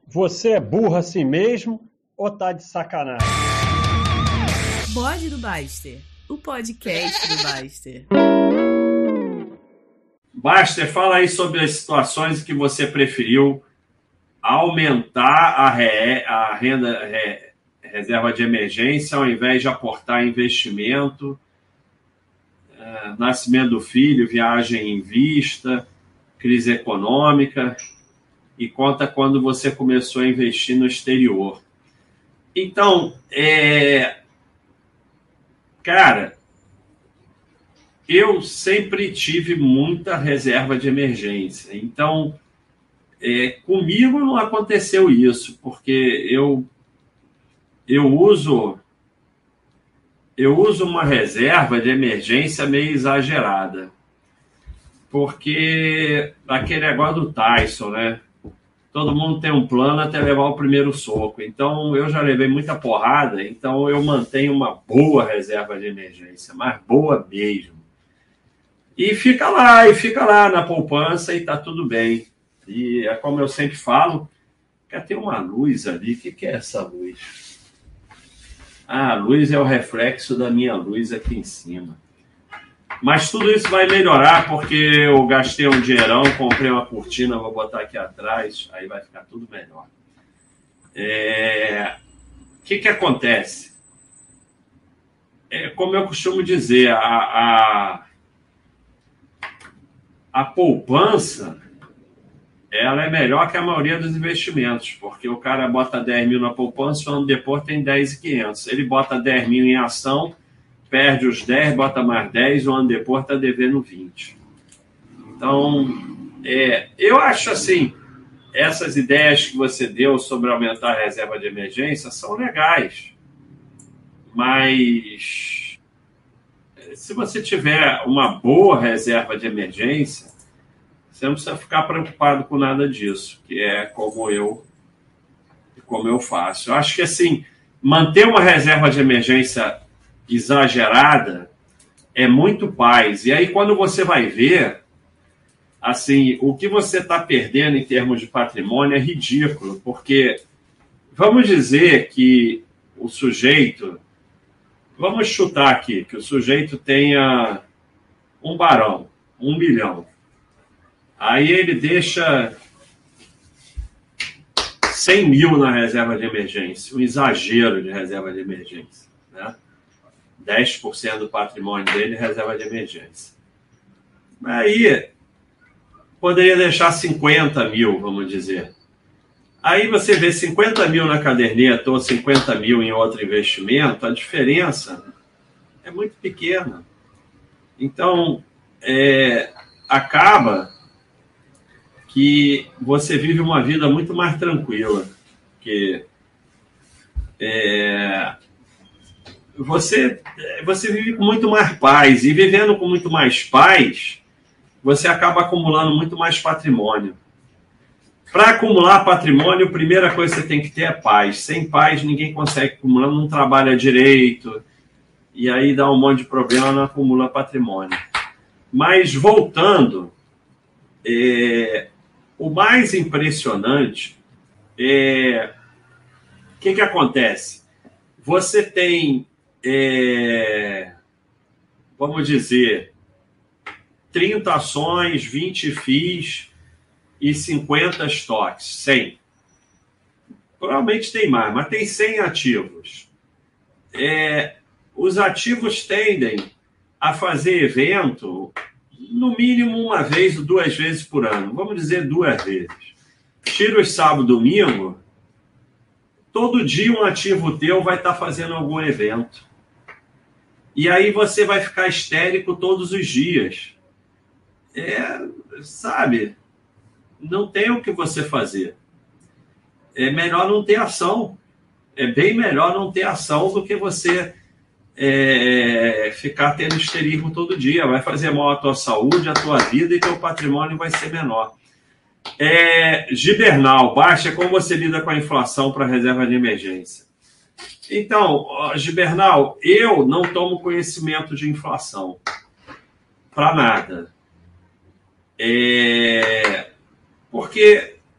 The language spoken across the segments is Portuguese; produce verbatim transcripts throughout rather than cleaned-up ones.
Você é burro assim mesmo ou tá de sacanagem? Bode do Baster, o podcast do Baster. Baster, fala aí sobre as situações que você preferiu aumentar a, re, a renda re, reserva de emergência ao invés de aportar em investimento, é, nascimento do filho, viagem em vista, crise econômica, e conta quando você começou a investir no exterior. Então, é, cara, eu sempre tive muita reserva de emergência. Então, é, comigo não aconteceu isso, porque eu, eu uso eu uso uma reserva de emergência meio exagerada. Porque aquele negócio do Tyson, né? Todo mundo tem um plano até levar o primeiro soco. Então, eu já levei muita porrada, então eu mantenho uma boa reserva de emergência, mas boa mesmo. E fica lá, e fica lá na poupança e tá tudo bem. E é como eu sempre falo, que tem uma luz ali. O que, que é essa luz? Ah, a luz é o reflexo da minha luz aqui em cima. Mas tudo isso vai melhorar porque eu gastei um dinheirão, comprei uma cortina, vou botar aqui atrás, aí vai ficar tudo melhor. É... O que, que acontece? É, como eu costumo dizer, a, a, a poupança ela é melhor que a maioria dos investimentos, porque o cara bota dez mil na poupança, um ano depois tem dez mil e quinhentos. Ele bota dez mil em ação, perde os dez, bota mais dez, um ano depois está devendo vinte. Então, é, eu acho assim, essas ideias que você deu sobre aumentar a reserva de emergência são legais. Mas, se você tiver uma boa reserva de emergência, você não precisa ficar preocupado com nada disso, que é como eu, como eu faço. Eu acho que, assim, manter uma reserva de emergência exagerada é muito paz. E aí, quando você vai ver, assim, o que você está perdendo em termos de patrimônio é ridículo, porque vamos dizer que o sujeito, vamos chutar aqui, que o sujeito tenha um barão, um milhão. Aí ele deixa cem mil na reserva de emergência, um exagero de reserva de emergência, né? dez por cento do patrimônio dele reserva de emergência. Aí, poderia deixar cinquenta mil, vamos dizer. Aí você vê cinquenta mil na caderneta ou cinquenta mil em outro investimento, a diferença é muito pequena. Então, é, acaba que você vive uma vida muito mais tranquila. Porque é, você, você vive com muito mais paz. E vivendo com muito mais paz, você acaba acumulando muito mais patrimônio. Para acumular patrimônio, a primeira coisa que você tem que ter é paz. Sem paz, ninguém consegue acumular, não trabalha direito. E aí dá um monte de problema, não acumula patrimônio. Mas, voltando, é, o mais impressionante é... O que, que acontece? Você tem, é, vamos dizer, trinta ações, vinte F I Is e cinquenta estoques, cem. Provavelmente tem mais, mas tem cem ativos. É, os ativos tendem a fazer evento no mínimo uma vez ou duas vezes por ano. Vamos dizer duas vezes. Tira os sábado e domingo, todo dia um ativo teu vai estar fazendo algum evento. E aí você vai ficar histérico todos os dias. É, sabe, não tem o que você fazer. É melhor não ter ação. É bem melhor não ter ação do que você é, ficar tendo histerismo todo dia. Vai fazer mal à tua saúde, à tua vida, e teu patrimônio vai ser menor. É, Gibernal, baixa como você lida com a inflação para reserva de emergência. Então, Gibernal, eu não tomo conhecimento de inflação para nada. É, porque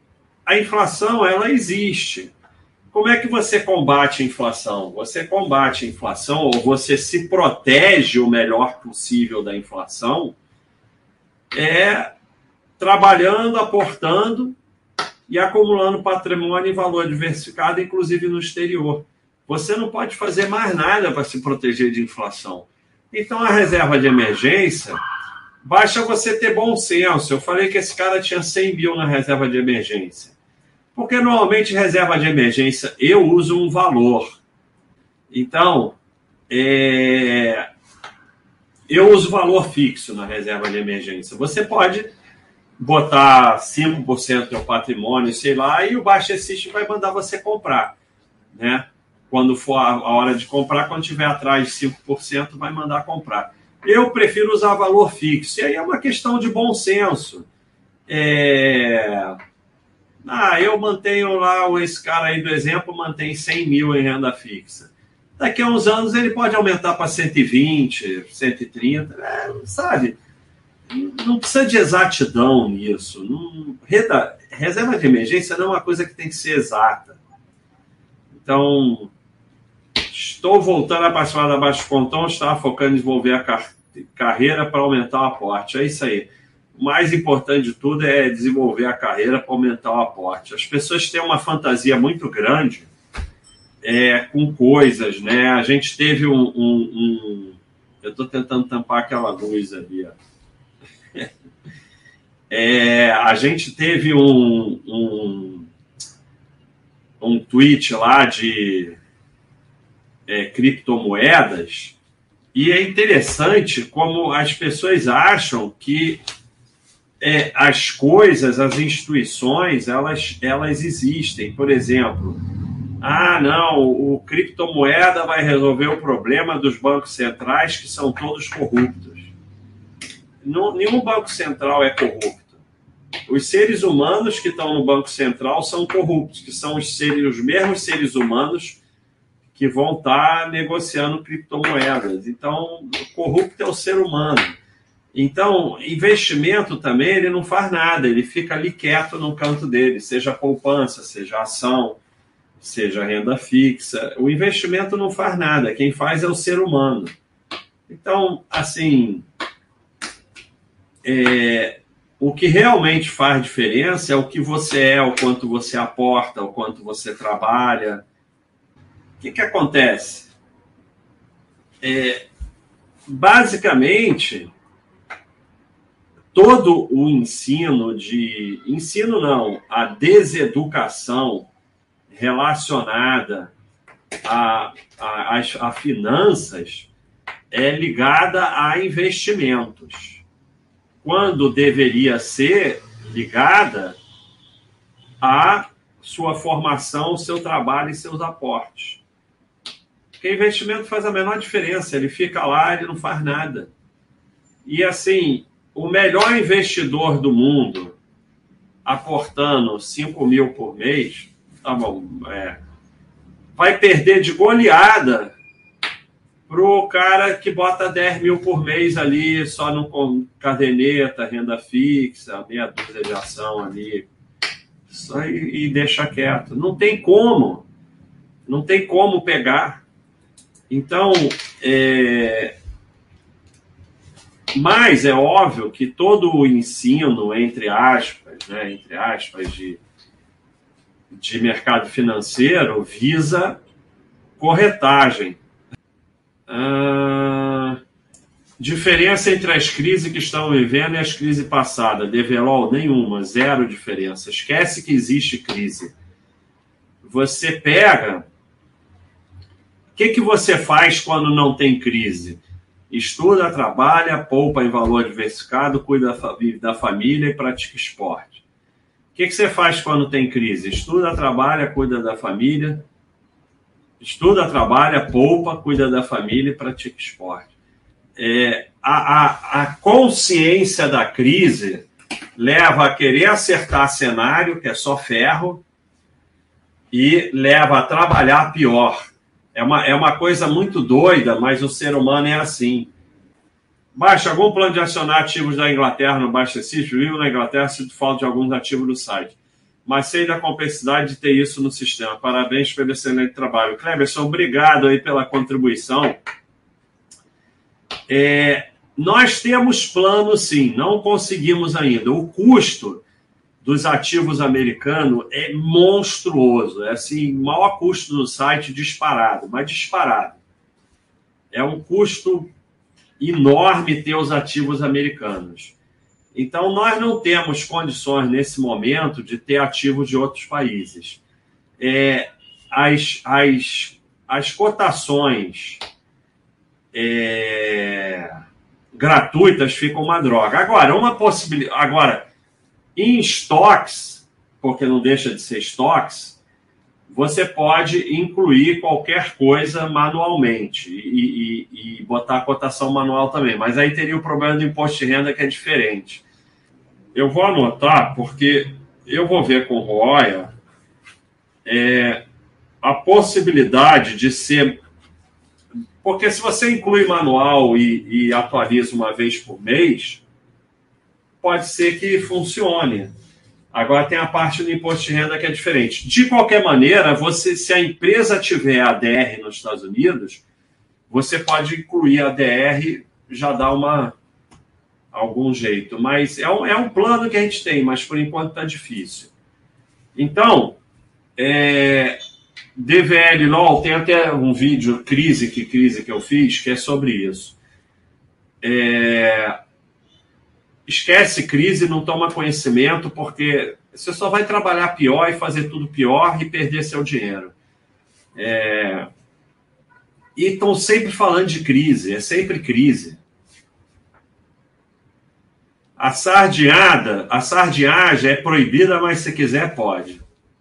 a inflação, ela existe. Como é que você combate a inflação? Você combate a inflação, ou você se protege o melhor possível da inflação, é trabalhando, aportando e acumulando patrimônio e valor diversificado, inclusive no exterior. Você não pode fazer mais nada para se proteger de inflação. Então, a reserva de emergência, basta você ter bom senso. Eu falei que esse cara tinha cem mil na reserva de emergência. Porque, normalmente, reserva de emergência, eu uso um valor. Então, é... eu uso valor fixo na reserva de emergência. Você pode botar cinco por cento do seu patrimônio, sei lá, e o Baixa System vai mandar você comprar, né? Quando for a hora de comprar, quando tiver atrás de cinco por cento, vai mandar comprar. Eu prefiro usar valor fixo. E aí é uma questão de bom senso. É... Ah, eu mantenho lá, esse cara aí do exemplo mantém cem mil em renda fixa. Daqui a uns anos ele pode aumentar para cento e vinte, cento e trinta, é, sabe? Não precisa de exatidão nisso. Não... Reserva de emergência não é uma coisa que tem que ser exata. Então, estou voltando a participar da Baixo Pontão, estava focando em desenvolver a car carreira para aumentar o aporte. É isso aí. O mais importante de tudo é desenvolver a carreira para aumentar o aporte. As pessoas têm uma fantasia muito grande é, com coisas, né? A gente teve um... um, um... Eu estou tentando tampar aquela luz ali, ó. É, a gente teve um, um, um tweet lá de é, criptomoedas, e é interessante como as pessoas acham que é, as coisas, as instituições, elas, elas existem. Por exemplo, ah, não, o criptomoeda vai resolver o problema dos bancos centrais, que são todos corruptos. Não, nenhum banco central é corrupto. Os seres humanos que estão no Banco Central são corruptos, que são os, seres, os mesmos seres humanos que vão estar negociando criptomoedas. Então, corrupto é o ser humano. Então, investimento também, ele não faz nada, ele fica ali quieto no canto dele, seja poupança, seja ação, seja renda fixa. O investimento não faz nada, quem faz é o ser humano. Então, assim... É, o que realmente faz diferença é o que você é, o quanto você aporta, o quanto você trabalha. O que, que acontece? É, basicamente, todo o ensino de... Ensino não, a deseducação relacionada a, a, a, a finanças é ligada a investimentos, quando deveria ser ligada à sua formação, o seu trabalho e seus aportes. Porque investimento faz a menor diferença, ele fica lá, ele não faz nada. E assim, o melhor investidor do mundo, aportando cinco mil por mês, tá bom, é, vai perder de goleada para o cara que bota dez mil por mês ali, só no com caderneta, renda fixa, meia dúzia de ação ali, só e, e deixa quieto. Não tem como, não tem como pegar. Então, é... mas é óbvio que todo o ensino, entre aspas, né, entre aspas, de, de mercado financeiro visa corretagem. Ah, diferença entre as crises que estão vivendo e as crises passadas. D V L O L, nenhuma, zero diferença. Esquece que existe crise. Você pega... O que, que você faz quando não tem crise? Estuda, trabalha, poupa em valor diversificado, cuida da família e pratica esporte. O que, que você faz quando tem crise? Estuda, trabalha, cuida da família... Estuda, trabalha, poupa, cuida da família e pratica esporte. É, a, a, a consciência da crise leva a querer acertar cenário, que é só ferro, e leva a trabalhar pior. É uma, é uma coisa muito doida, mas o ser humano é assim. Baixa algum plano de acionar ativos da Inglaterra no Baixa System? Vivo na Inglaterra, sinto falta de alguns ativos do site. mas sei da complexidade de ter isso no sistema. Parabéns pelo excelente trabalho. Cleberson, obrigado aí pela contribuição. É, nós temos plano, sim, não conseguimos ainda. O custo dos ativos americanos é monstruoso. É assim, o maior custo do site disparado, mas disparado. É um custo enorme ter os ativos americanos. Então, nós não temos condições, nesse momento, de ter ativos de outros países. É, as, as, as cotações é, gratuitas ficam uma droga. Agora, uma possibilidade... Agora, em estoques, porque não deixa de ser estoques, você pode incluir qualquer coisa manualmente e, e, e botar a cotação manual também. Mas aí teria o problema do imposto de renda, que é diferente. Eu vou anotar, porque eu vou ver com o Roya é, a possibilidade de ser... Porque se você inclui manual e, e atualiza uma vez por mês, pode ser que funcione. Agora tem a parte do imposto de renda que é diferente. De qualquer maneira, você, se a empresa tiver A D R nos Estados Unidos, você pode incluir a A D R, já dá uma... algum jeito, mas é um, é um plano que a gente tem, mas por enquanto está difícil. Então, é, D V L L O L, tem até um vídeo, crise que crise que eu fiz, que é sobre isso. É, esquece crise, não toma conhecimento, porque você só vai trabalhar pior e fazer tudo pior e perder seu dinheiro. É, e estão sempre falando de crise, é sempre crise. A sardinhada, a sardinhagem é proibida, mas se quiser pode.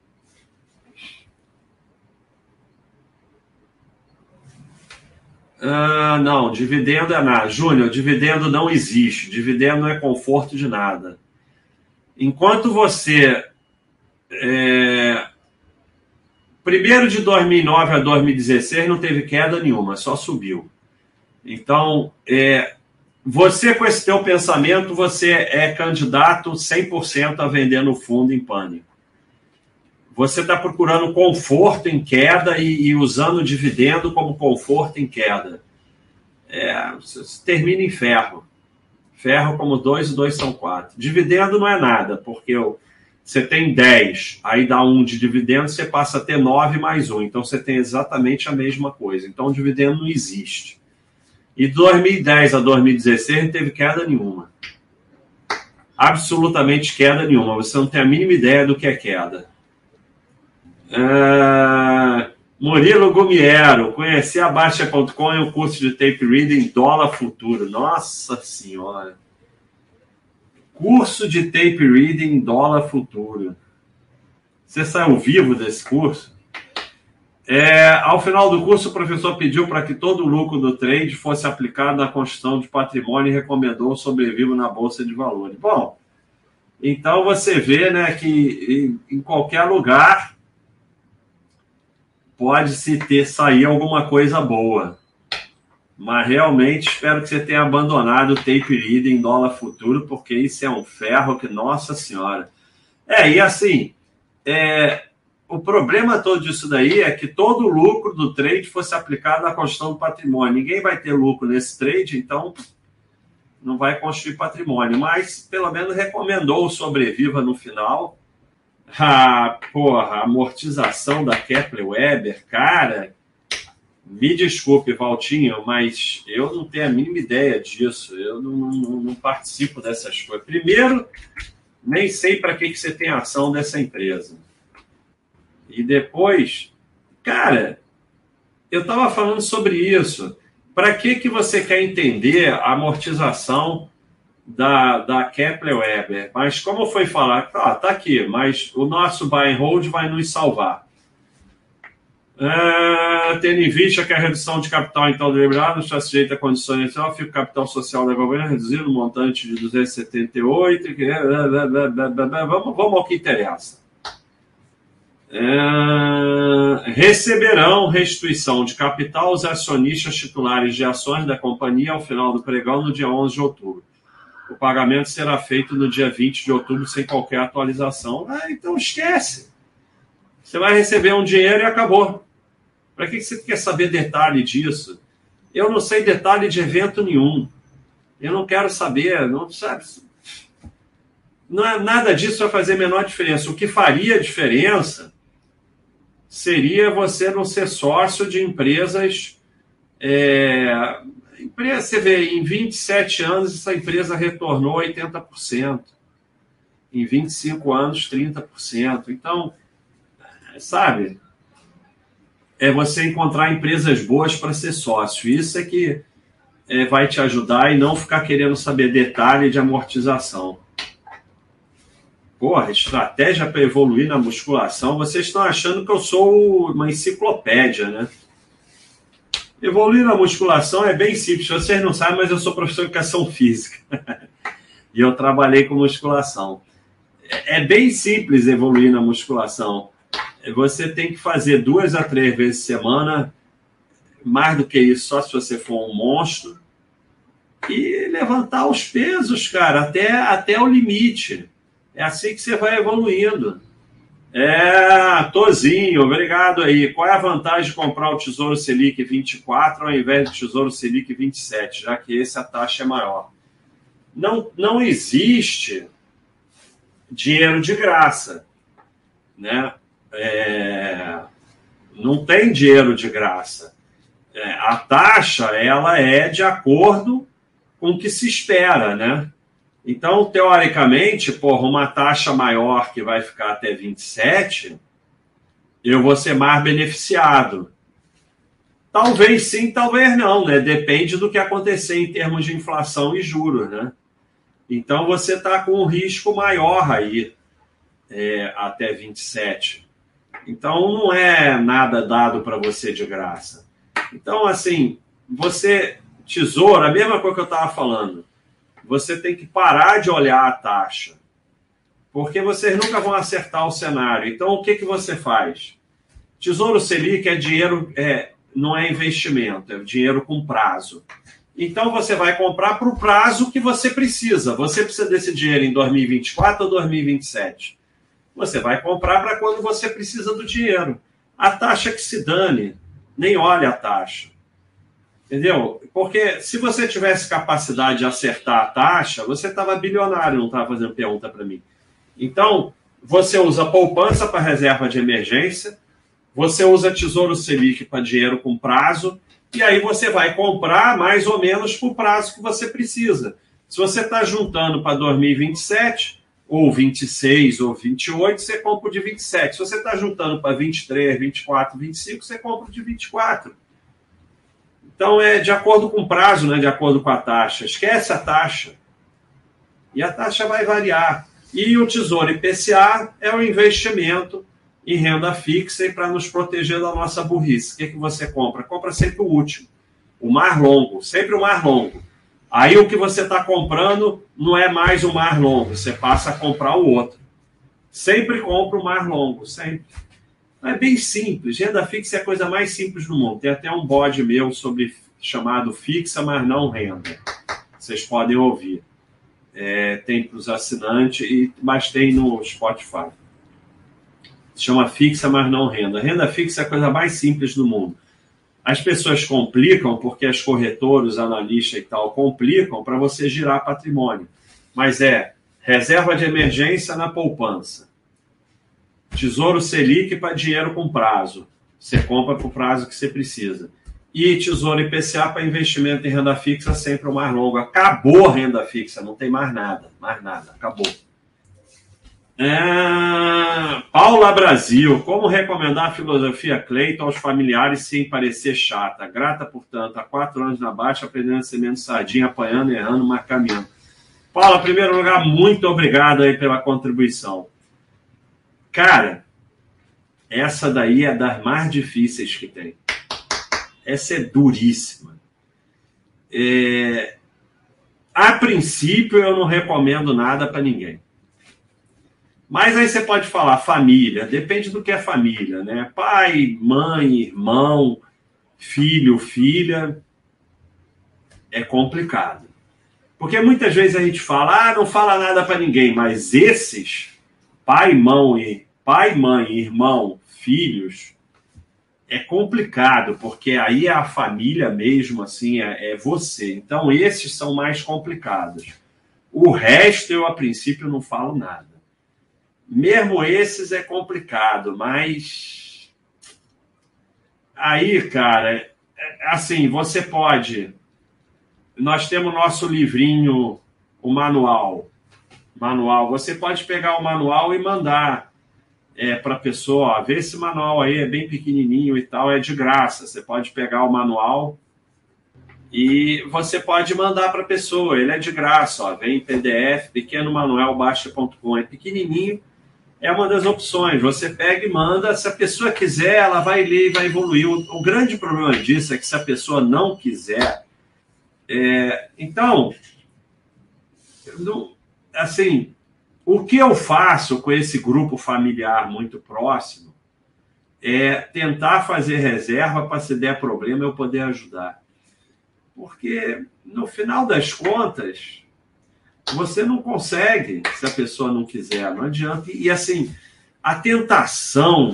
Ah, não, dividendo é nada. Júnior, dividendo não existe. Dividendo não é conforto de nada. Enquanto você... É, primeiro de dois mil e nove a dois mil e dezesseis não teve queda nenhuma, só subiu. Então, é... Você, com esse teu pensamento, você é candidato cem por cento a vender no fundo em pânico. Você está procurando conforto em queda e, e usando o dividendo como conforto em queda. É, você termina em ferro. Ferro como dois e dois são quatro. Dividendo não é nada, porque eu, você tem dez, aí dá um de dividendo, você passa a ter nove mais um. Então, você tem exatamente a mesma coisa. Então, o dividendo não existe. E de dois mil e dez a dois mil e dezesseis não teve queda nenhuma. Absolutamente queda nenhuma. Você não tem a mínima ideia do que é queda. Uh, Murilo Gumiero. Conheci a Baixa ponto com e o curso de tape reading dólar futuro. Nossa Senhora. Curso de tape reading dólar futuro. Você saiu vivo desse curso? É, ao final do curso, o professor pediu para que todo o lucro do trade fosse aplicado na construção de patrimônio e recomendou o sobrevivo na Bolsa de Valores. Bom, então você vê, né, que em, em qualquer lugar pode-se ter sair alguma coisa boa. Mas realmente espero que você tenha abandonado o tape reading em dólar futuro, porque isso é um ferro que, nossa senhora. É, e assim... É, o problema todo disso daí é que todo o lucro do trade fosse aplicado na construção do patrimônio. Ninguém vai ter lucro nesse trade, então não vai construir patrimônio. Mas, pelo menos, recomendou o sobreviva no final. A, porra, a amortização da Kepler Weber, cara, me desculpe, Valtinho, mas eu não tenho a mínima ideia disso. Eu não, não, não participo dessas coisas. Primeiro, nem sei para que, que você tem ação dessa empresa. E depois, cara, eu estava falando sobre isso. Para que, que você quer entender a amortização da, da Kepler Weber? Mas como foi falar? Ah, tá aqui, mas o nosso buy and hold vai nos salvar. Ah, tendo em vista que a redução de capital então deliberado está sujeita a condições iniciais, fica o capital social da governo reduzido no montante de duzentos e setenta e oito. Que... Vamos, vamos ao que interessa. É, receberão restituição de capital os acionistas titulares de ações da companhia ao final do pregão no dia onze de outubro. o pagamento será feito no dia vinte de outubro sem qualquer atualização. Ah, então esquece. Você vai receber um dinheiro e acabou. Para que você quer saber detalhe disso? Eu não sei detalhe de evento nenhum. Eu não quero saber, não sabe? Não é, nada disso vai fazer a menor diferença. O que faria diferença seria você não ser sócio de empresas. É, empresa, você vê, em vinte e sete anos, essa empresa retornou oitenta por cento. Em vinte e cinco anos, trinta por cento. Então, sabe, é você encontrar empresas boas para ser sócio. Isso é que é, vai te ajudar e não ficar querendo saber detalhe de amortização. Porra, estratégia para evoluir na musculação. Vocês estão achando que eu sou uma enciclopédia, né? Evoluir na musculação é bem simples. Vocês não sabem, mas eu sou professor de educação física. E eu trabalhei com musculação. É bem simples evoluir na musculação. Você tem que fazer duas a três vezes por semana. Mais do que isso, só se você for um monstro. E levantar os pesos, cara, até, até o limite. É assim que você vai evoluindo. É, Tozinho, obrigado aí. Qual é a vantagem de comprar o Tesouro Selic vinte e quatro ao invés do Tesouro Selic vinte e sete, já que esse a taxa é maior? Não, não existe dinheiro de graça, né? É, não tem dinheiro de graça. É, a taxa, ela é de acordo com o que se espera, né? Então, teoricamente, porra, uma taxa maior que vai ficar até vinte e sete, eu vou ser mais beneficiado. Talvez sim, talvez não, né? Depende do que acontecer em termos de inflação e juros, né? Então, você está com um risco maior aí, é, até vinte e sete. Então, não é nada dado para você de graça. Então, assim, você, tesouro, a mesma coisa que eu estava falando, você tem que parar de olhar a taxa, porque vocês nunca vão acertar o cenário. Então, o que, que você faz? Tesouro Selic é dinheiro, é, não é investimento, é dinheiro com prazo. Então, você vai comprar para o prazo que você precisa. Você precisa desse dinheiro em dois mil e vinte e quatro ou dois mil e vinte e sete? Você vai comprar para quando você precisa do dinheiro. A taxa que se dane, nem olha a taxa. Entendeu? Porque se você tivesse capacidade de acertar a taxa, você estava bilionário, não estava fazendo pergunta para mim. Então, você usa poupança para reserva de emergência, você usa Tesouro Selic para dinheiro com prazo, e aí você vai comprar mais ou menos para o prazo que você precisa. Se você está juntando para dois mil e vinte e sete, ou vinte e seis, ou vinte e oito, você compra o de vinte e sete. Se você está juntando para vinte e três, vinte e quatro, vinte e cinco, você compra o de vinte e quatro. Então, é de acordo com o prazo, né? De acordo com a taxa. Esquece a taxa. E a taxa vai variar. E o Tesouro I P C A é o investimento em renda fixa e para nos proteger da nossa burrice. O que, que você compra? Compra sempre o último. O mais longo. Sempre o mais longo. Aí o que você está comprando não é mais o mais longo. Você passa a comprar o outro. Sempre compra o mais longo. Sempre. É bem simples. Renda fixa é a coisa mais simples do mundo. Tem até um bode meu sobre, chamado Fixa, mas não renda. Vocês podem ouvir. É, tem para os assinantes, e, mas tem no Spotify. Se chama Fixa, mas não renda. Renda fixa é a coisa mais simples do mundo. As pessoas complicam porque as corretoras, os analistas e tal, complicam para você girar patrimônio. Mas é reserva de emergência na poupança. Tesouro Selic para dinheiro com prazo. Você compra para o prazo que você precisa. E Tesouro I P C A para investimento em renda fixa, sempre o mais longo. Acabou a renda fixa, não tem mais nada. Mais nada, acabou. É... Paula Brasil, como recomendar a filosofia Clayton aos familiares sem parecer chata? Grata, portanto, há quatro anos na Baixa, aprendendo a ser menos sardinha, apanhando, errando, mas caminhando. Paula, em primeiro lugar, muito obrigado aí pela contribuição. Cara, essa daí é das mais difíceis que tem. Essa é duríssima. É... A princípio, eu não recomendo nada para ninguém. Mas aí você pode falar família, depende do que é família, né? Pai, mãe, irmão, filho, filha, é complicado. Porque muitas vezes a gente fala, ah, não fala nada para ninguém, mas esses, pai, mãe, pai, mãe, irmão, filhos, é complicado, porque aí é a família mesmo, assim, é, é você. Então, esses são mais complicados. O resto, eu, a princípio, não falo nada. Mesmo esses é complicado, mas... Aí, cara, assim, você pode... Nós temos nosso livrinho, o manual. Manual. Você pode pegar o manual e mandar é, para a pessoa, ó, vê esse manual aí, é bem pequenininho e tal, é de graça. Você pode pegar o manual e você pode mandar para a pessoa, ele é de graça, ó, vem em P D F, pequeno manual baixa ponto com, é pequenininho, é uma das opções. Você pega e manda, se a pessoa quiser, ela vai ler e vai evoluir. O, o grande problema disso é que se a pessoa não quiser... É, então, não, assim, o que eu faço com esse grupo familiar muito próximo é tentar fazer reserva para, se der problema, eu poder ajudar. Porque, no final das contas, você não consegue se a pessoa não quiser, não adianta. E, assim, a tentação,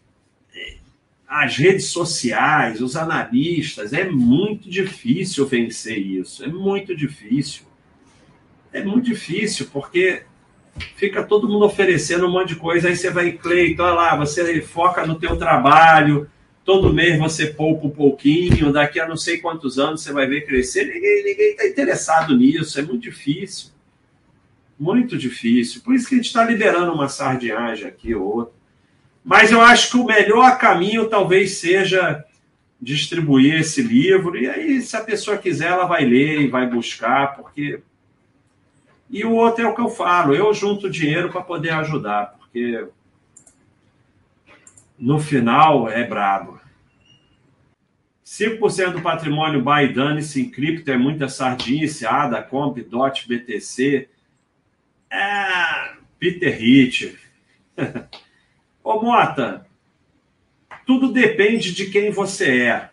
as redes sociais, os analistas, é muito difícil vencer isso. É muito difícil. É muito difícil, porque fica todo mundo oferecendo um monte de coisa, aí você vai, Cleiton, olha lá, você foca no teu trabalho, todo mês você poupa um pouquinho, daqui a não sei quantos anos você vai ver crescer, ninguém está interessado nisso, é muito difícil. Muito difícil. Por isso que a gente está liberando uma sardinhagem aqui ou outra. Mas eu acho que o melhor caminho talvez seja distribuir esse livro, e aí, se a pessoa quiser, ela vai ler e vai buscar, porque... E o outro é o que eu falo, eu junto dinheiro para poder ajudar, porque no final é brabo. cinco por cento do patrimônio buy dane-se em cripto é muita sardinice, A D A, Comp, D O T, B T C. É, Peter Hitch. Ô, Mota, tudo depende de quem você é,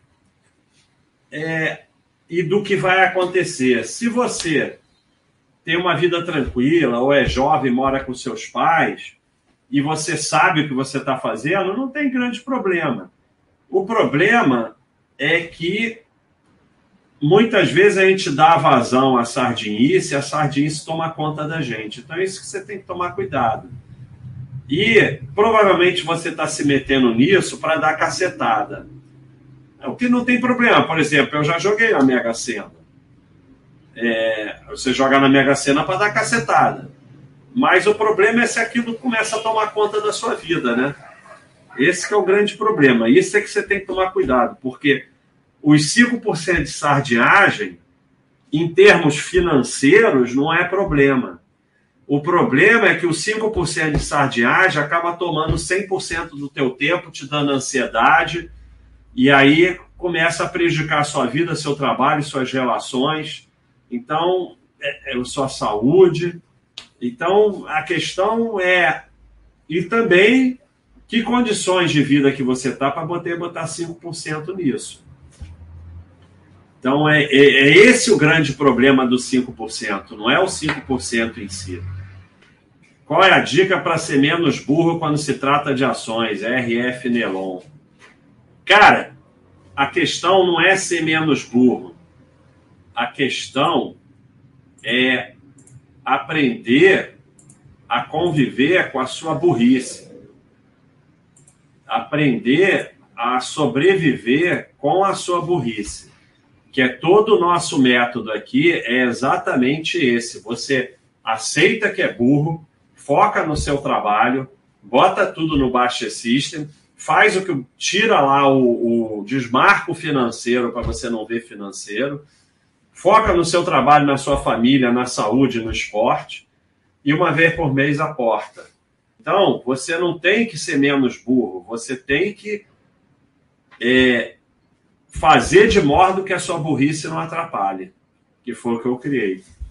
é e do que vai acontecer. Se você tem uma vida tranquila, ou é jovem, mora com seus pais, e você sabe o que você está fazendo, não tem grande problema. O problema é que muitas vezes a gente dá vazão à sardinice e a sardinice toma conta da gente. Então é isso que você tem que tomar cuidado. E provavelmente você está se metendo nisso para dar cacetada. O que não tem problema. Por exemplo, eu já joguei a Mega Sena. É, você joga na Mega Sena para dar cacetada. Mas o problema é se aquilo começa a tomar conta da sua vida, né? Esse que é o grande problema. Isso é que você tem que tomar cuidado, porque os cinco por cento de sardinhagem, em termos financeiros, não é problema. O problema é que os cinco por cento de sardinhagem acaba tomando cem por cento do teu tempo, te dando ansiedade, e aí começa a prejudicar a sua vida, seu trabalho, suas relações, então, é, é, sua saúde. Então, a questão é... E também, que condições de vida que você está para poder botar cinco por cento nisso. Então, é, é, é esse o grande problema do cinco por cento, não é o cinco por cento em si. Qual é a dica para ser menos burro quando se trata de ações? R F Nelon. Cara, a questão não é ser menos burro. A questão é aprender a conviver com a sua burrice. Aprender a sobreviver com a sua burrice. Que é todo o nosso método aqui, é exatamente esse. Você aceita que é burro, foca no seu trabalho, bota tudo no Baixa System, faz o que tira lá o, o desmarco financeiro para você não ver financeiro, foca no seu trabalho, na sua família, na saúde, no esporte, e uma vez por mês aporta. Então, você não tem que ser menos burro, você tem que é, fazer de modo que a sua burrice não atrapalhe, que foi o que eu criei.